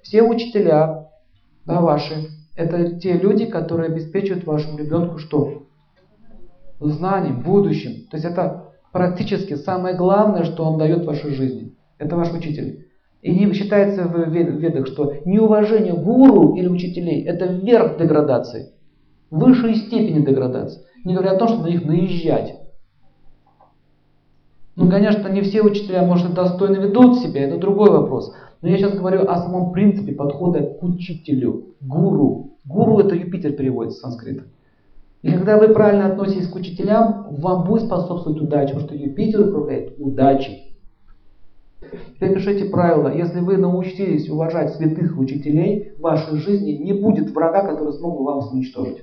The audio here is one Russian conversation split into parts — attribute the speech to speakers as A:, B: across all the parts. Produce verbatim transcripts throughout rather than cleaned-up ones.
A: все учителя, да, ваши, это те люди, которые обеспечивают вашему ребенку что? Знанием, будущим. То есть это практически самое главное, что он дает в вашей жизни. Это ваш учитель. И не считается в ведах, что неуважение гуру или учителей – это верх деградации, высшей степени деградации. Не говоря о том, что на них наезжать. Ну, конечно, не все учителя, может, достойно ведут себя, это другой вопрос. Но я сейчас говорю о самом принципе подхода к учителю, гуру. Гуру – это Юпитер переводится с санскрита. И когда вы правильно относитесь к учителям, вам будет способствовать удача, потому что Юпитер управляет удачей. Теперь пишите правило. Если вы научились уважать святых учителей, в вашей жизни не будет врага, который смог бы вас уничтожить.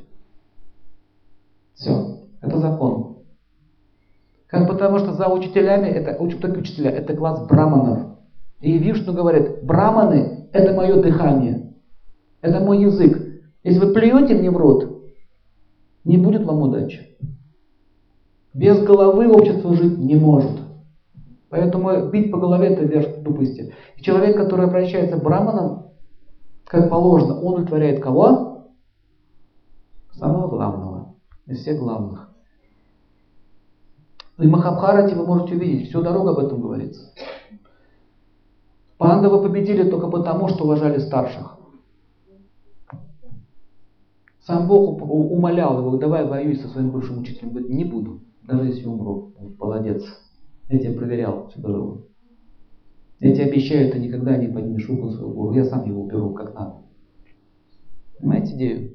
A: Все. Это закон. Как потому что за учителями, это только учителя, это класс браманов. И Вишну говорит, браманы – это мое дыхание, это мой язык. Если вы плюете мне в рот, не будет вам удачи. Без головы общество жить не может. Поэтому бить по голове – это верх глупости. И человек, который обращается к браманам, как положено, он удовлетворяет кого? Самого главного, из всех главных. И в Махабхарате вы можете увидеть, всю дорогу об этом говорится. Пандавы победили только потому, что уважали старших. Сам Бог умолял его, давай воюй со своим бывшим учителем. Говорит, не буду, даже если умру. Молодец. Я тебя проверял всю дорогу. Я тебе обещаю, ты никогда не поднимешь руку на своего гуру. Я сам его уберу как надо. Понимаете идею?